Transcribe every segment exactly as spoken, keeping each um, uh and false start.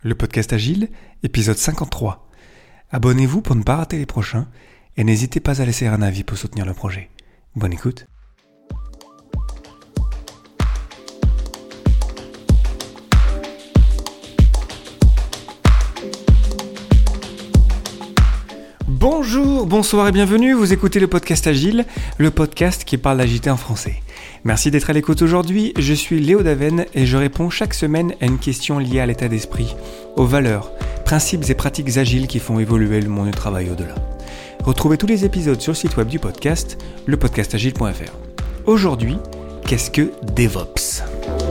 Le podcast Agile, épisode cinquante-trois. Abonnez-vous pour ne pas rater les prochains et n'hésitez pas à laisser un avis pour soutenir le projet. Bonne écoute. Bonjour, bonsoir et bienvenue, vous écoutez le podcast Agile, le podcast qui parle d'agilité en français. Merci d'être à l'écoute aujourd'hui, je suis Léo Daven et je réponds chaque semaine à une question liée à l'état d'esprit, aux valeurs, principes et pratiques agiles qui font évoluer le monde du travail au-delà. Retrouvez tous les épisodes sur le site web du podcast, le podcast agile point f r. Aujourd'hui, qu'est-ce que DevOps ?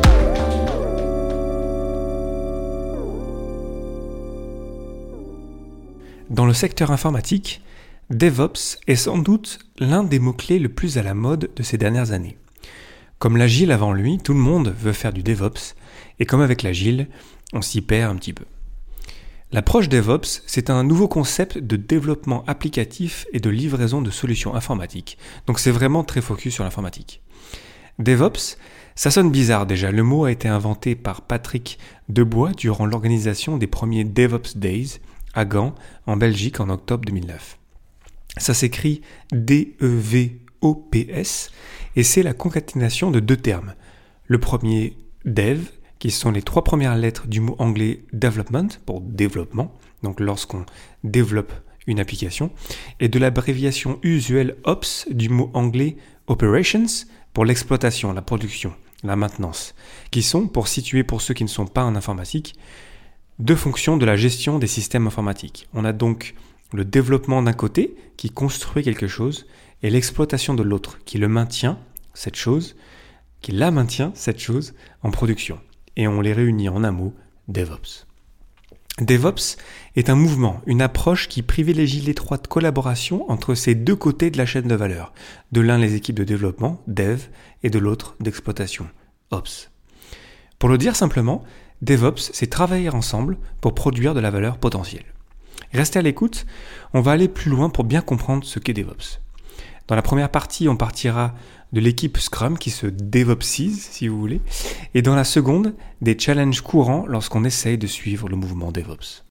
Dans le secteur informatique, DevOps est sans doute l'un des mots-clés le plus à la mode de ces dernières années. Comme l'agile avant lui, tout le monde veut faire du DevOps, et comme avec l'agile, on s'y perd un petit peu. L'approche DevOps, c'est un nouveau concept de développement applicatif et de livraison de solutions informatiques, donc c'est vraiment très focus sur l'informatique. DevOps, ça sonne bizarre déjà, le mot a été inventé par Patrick Debois durant l'organisation des premiers DevOps Days, à Gand, en Belgique, en octobre deux mille neuf. Ça s'écrit D E V O P S et c'est la concaténation de deux termes. Le premier, dev, qui sont les trois premières lettres du mot anglais development, pour développement, donc lorsqu'on développe une application, et de l'abréviation usuelle ops du mot anglais operations, pour l'exploitation, la production, la maintenance, qui sont, pour situer pour ceux qui ne sont pas en informatique, deux fonctions de la gestion des systèmes informatiques. On a donc le développement d'un côté, qui construit quelque chose, et l'exploitation de l'autre, qui le maintient, cette chose, qui la maintient, cette chose, en production. Et on les réunit en un mot, DevOps. DevOps est un mouvement, une approche qui privilégie l'étroite collaboration entre ces deux côtés de la chaîne de valeur. De l'un, les équipes de développement, Dev, et de l'autre, d'exploitation, Ops. Pour le dire simplement, DevOps, c'est travailler ensemble pour produire de la valeur potentielle. Restez à l'écoute, on va aller plus loin pour bien comprendre ce qu'est DevOps. Dans la première partie, on partira de l'équipe Scrum qui se DevOpsise, si vous voulez, et dans la seconde, des challenges courants lorsqu'on essaye de suivre le mouvement DevOps.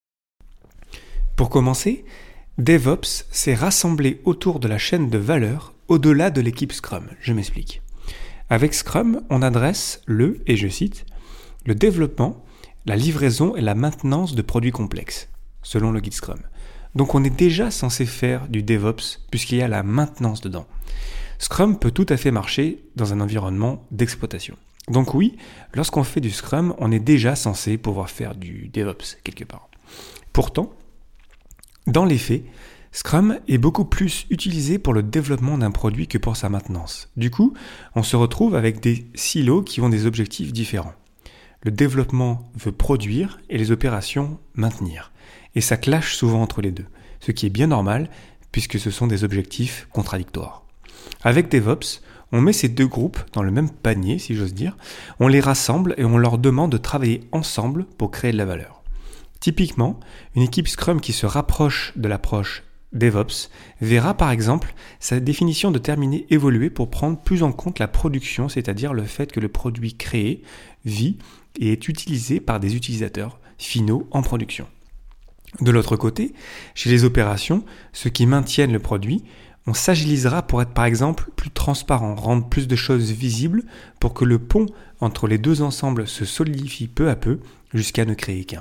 Pour commencer, DevOps, c'est rassembler autour de la chaîne de valeur au-delà de l'équipe Scrum. Je m'explique. Avec Scrum, on adresse le, et je cite, le développement, la livraison et la maintenance de produits complexes, selon le guide Scrum. Donc on est déjà censé faire du DevOps puisqu'il y a la maintenance dedans. Scrum peut tout à fait marcher dans un environnement d'exploitation. Donc oui, lorsqu'on fait du Scrum, on est déjà censé pouvoir faire du DevOps quelque part. Pourtant, dans les faits, Scrum est beaucoup plus utilisé pour le développement d'un produit que pour sa maintenance. Du coup, on se retrouve avec des silos qui ont des objectifs différents. Le développement veut produire et les opérations maintenir. Et ça clash souvent entre les deux, ce qui est bien normal puisque ce sont des objectifs contradictoires. Avec DevOps, on met ces deux groupes dans le même panier, si j'ose dire, on les rassemble et on leur demande de travailler ensemble pour créer de la valeur. Typiquement, une équipe Scrum qui se rapproche de l'approche DevOps verra par exemple sa définition de terminer évoluer pour prendre plus en compte la production, c'est-à-dire le fait que le produit créé vit et est utilisé par des utilisateurs finaux en production. De l'autre côté, chez les opérations, ceux qui maintiennent le produit, on s'agilisera pour être par exemple plus transparent, rendre plus de choses visibles pour que le pont entre les deux ensembles se solidifie peu à peu jusqu'à ne créer qu'un.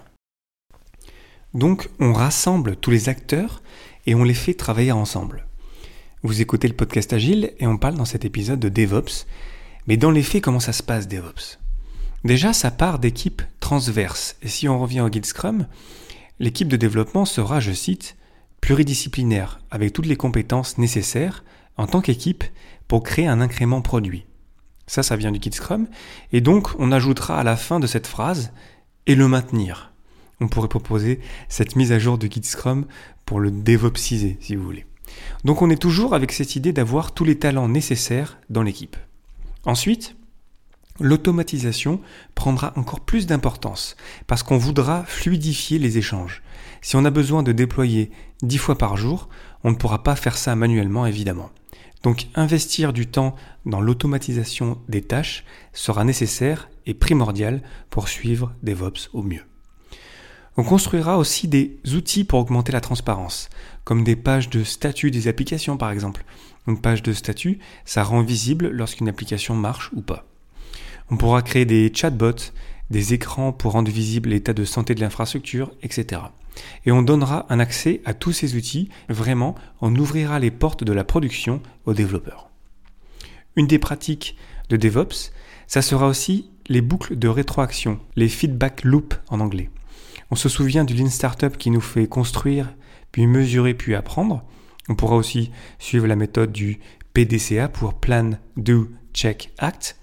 Donc on rassemble tous les acteurs et on les fait travailler ensemble. Vous écoutez le podcast Agile et on parle dans cet épisode de DevOps, mais dans les faits, comment ça se passe DevOps ? Déjà, ça part d'équipes transverses, et si on revient au guide Scrum, l'équipe de développement sera, je cite, pluridisciplinaire, avec toutes les compétences nécessaires en tant qu'équipe pour créer un incrément produit. Ça, ça vient du guide Scrum, et donc on ajoutera à la fin de cette phrase « et le maintenir ». On pourrait proposer cette mise à jour de guide Scrum pour le DevOpsiser, si vous voulez. Donc on est toujours avec cette idée d'avoir tous les talents nécessaires dans l'équipe. Ensuite, l'automatisation prendra encore plus d'importance parce qu'on voudra fluidifier les échanges. Si on a besoin de déployer dix fois par jour, on ne pourra pas faire ça manuellement évidemment. Donc investir du temps dans l'automatisation des tâches sera nécessaire et primordial pour suivre DevOps au mieux. On construira aussi des outils pour augmenter la transparence, comme des pages de statut des applications par exemple. Une page de statut, ça rend visible lorsqu'une application marche ou pas. On pourra créer des chatbots, des écrans pour rendre visible l'état de santé de l'infrastructure, et cetera. Et on donnera un accès à tous ces outils, vraiment, on ouvrira les portes de la production aux développeurs. Une des pratiques de DevOps, ça sera aussi les boucles de rétroaction, les feedback loops en anglais. On se souvient du Lean Startup qui nous fait construire, puis mesurer, puis apprendre. On pourra aussi suivre la méthode du P D C A pour Plan, Do, Check, Act.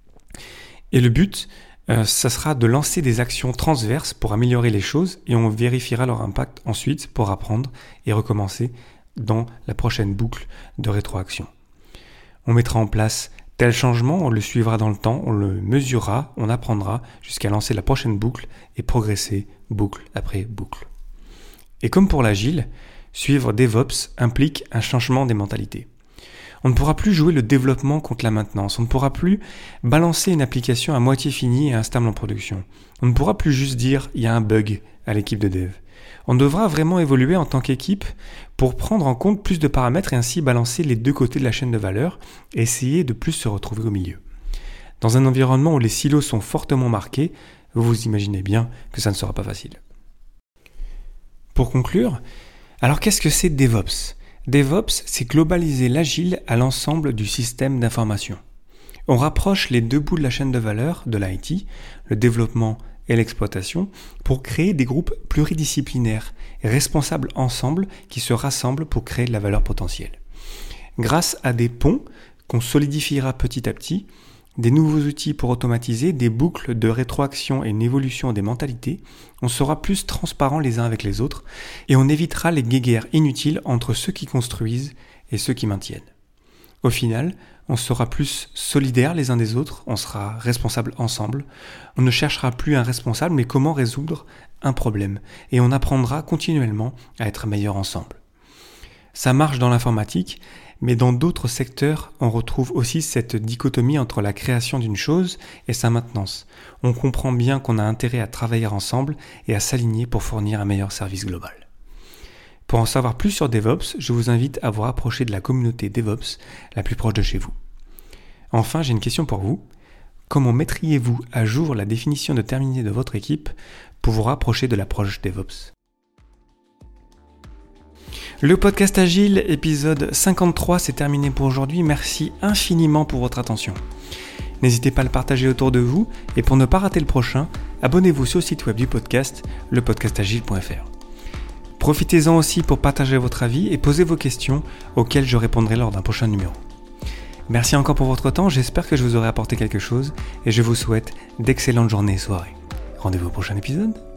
Et le but, euh, ça sera de lancer des actions transverses pour améliorer les choses et on vérifiera leur impact ensuite pour apprendre et recommencer dans la prochaine boucle de rétroaction. On mettra en place tel changement, on le suivra dans le temps, on le mesurera, on apprendra jusqu'à lancer la prochaine boucle et progresser boucle après boucle. Et comme pour l'agile, suivre DevOps implique un changement des mentalités. On ne pourra plus jouer le développement contre la maintenance, on ne pourra plus balancer une application à moitié finie et instable en production. On ne pourra plus juste dire « il y a un bug » à l'équipe de dev. On devra vraiment évoluer en tant qu'équipe pour prendre en compte plus de paramètres et ainsi balancer les deux côtés de la chaîne de valeur et essayer de plus se retrouver au milieu. Dans un environnement où les silos sont fortement marqués, vous vous imaginez bien que ça ne sera pas facile. Pour conclure, alors qu'est-ce que c'est DevOps ? DevOps, c'est globaliser l'agile à l'ensemble du système d'information. On rapproche les deux bouts de la chaîne de valeur de l'I T, le développement et l'exploitation, pour créer des groupes pluridisciplinaires, responsables ensemble, qui se rassemblent pour créer de la valeur potentielle. Grâce à des ponts qu'on solidifiera petit à petit, des nouveaux outils pour automatiser, des boucles de rétroaction et une évolution des mentalités, on sera plus transparents les uns avec les autres et on évitera les guéguerres inutiles entre ceux qui construisent et ceux qui maintiennent. Au final, on sera plus solidaires les uns des autres, on sera responsables ensemble, on ne cherchera plus un responsable mais comment résoudre un problème et on apprendra continuellement à être meilleurs ensemble. Ça marche dans l'informatique, mais dans d'autres secteurs, on retrouve aussi cette dichotomie entre la création d'une chose et sa maintenance. On comprend bien qu'on a intérêt à travailler ensemble et à s'aligner pour fournir un meilleur service global. Pour en savoir plus sur DevOps, je vous invite à vous rapprocher de la communauté DevOps la plus proche de chez vous. Enfin, j'ai une question pour vous. Comment mettriez-vous à jour la définition de terminée de votre équipe pour vous rapprocher de l'approche DevOps ? Le podcast Agile, épisode cinquante-trois, c'est terminé pour aujourd'hui. Merci infiniment pour votre attention. N'hésitez pas à le partager autour de vous et pour ne pas rater le prochain, abonnez-vous sur le site web du podcast, le podcast agile point f r. Profitez-en aussi pour partager votre avis et poser vos questions auxquelles je répondrai lors d'un prochain numéro. Merci encore pour votre temps, j'espère que je vous aurai apporté quelque chose et je vous souhaite d'excellentes journées et soirées. Rendez-vous au prochain épisode.